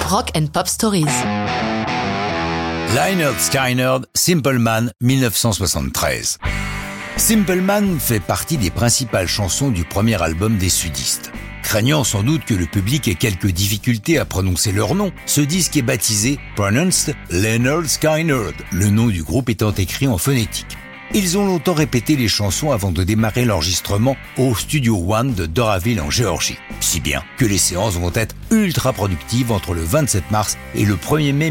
Rock and Pop Stories. Lynyrd Skynyrd, Simple Man, 1973. Simple Man fait partie des principales chansons du premier album des sudistes. Craignant sans doute que le public ait quelques difficultés à prononcer leur nom, ce disque est baptisé Pronounced Lynyrd Skynyrd, le nom du groupe étant écrit en phonétique. Ils ont longtemps répété les chansons avant de démarrer l'enregistrement au Studio One de Doraville en Géorgie. Si bien que les séances vont être ultra productives entre le 27 mars et le 1er mai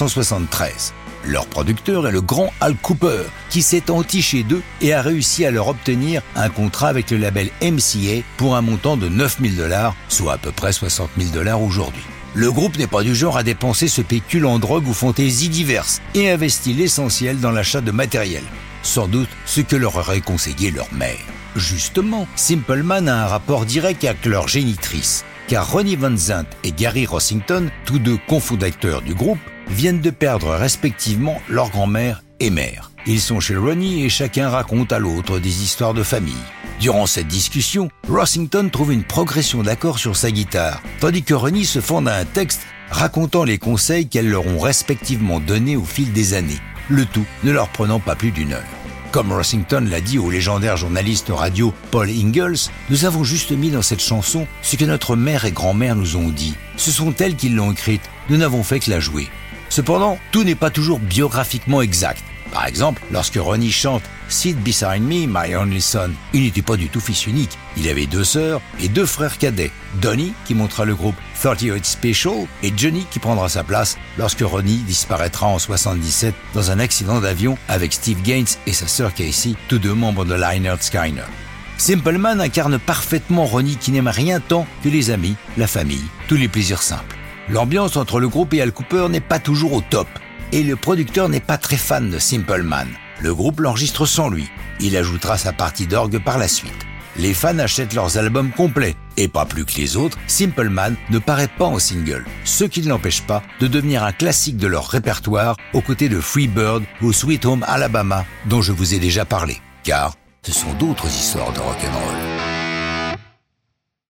1973. Leur producteur est le grand Al Kooper, qui s'est entiché d'eux et a réussi à leur obtenir un contrat avec le label MCA pour un montant de $9 000, soit à peu près $60 000 aujourd'hui. Le groupe n'est pas du genre à dépenser ce pécule en drogue ou fantaisies diverses et investit l'essentiel dans l'achat de matériel. Sans doute ce que leur aurait conseillé leur mère. Justement, Simple Man a un rapport direct avec leur génitrice, car Ronnie Van Zant et Gary Rossington, tous deux cofondateurs du groupe, viennent de perdre respectivement leur grand-mère et mère. Ils sont chez Ronnie et chacun raconte à l'autre des histoires de famille. Durant cette discussion, Rossington trouve une progression d'accords sur sa guitare, tandis que Ronnie se fonde à un texte racontant les conseils qu'elles leur ont respectivement donnés au fil des années, le tout ne leur prenant pas plus d'1 heure. Comme Rossington l'a dit au légendaire journaliste radio Paul Ingalls, nous avons juste mis dans cette chanson ce que notre mère et grand-mère nous ont dit. Ce sont elles qui l'ont écrite, nous n'avons fait que la jouer. Cependant, tout n'est pas toujours biographiquement exact. Par exemple, lorsque Ronnie chante « Sit beside me, my only son », il n'était pas du tout fils unique. Il avait 2 sœurs et 2 frères cadets. Donnie, qui montera le groupe 38 Special, et Johnny, qui prendra sa place lorsque Ronnie disparaîtra en 77 dans un accident d'avion avec Steve Gaines et sa sœur Casey, tous deux membres de Lynyrd Skynyrd. Simple Man incarne parfaitement Ronnie qui n'aime rien tant que les amis, la famille, tous les plaisirs simples. L'ambiance entre le groupe et Al Kooper n'est pas toujours au top. Et le producteur n'est pas très fan de Simple Man. Le groupe l'enregistre sans lui. Il ajoutera sa partie d'orgue par la suite. Les fans achètent leurs albums complets. Et pas plus que les autres, Simple Man ne paraît pas en single. Ce qui ne l'empêche pas de devenir un classique de leur répertoire aux côtés de Free Bird ou Sweet Home Alabama, dont je vous ai déjà parlé. Car ce sont d'autres histoires de rock'n'roll.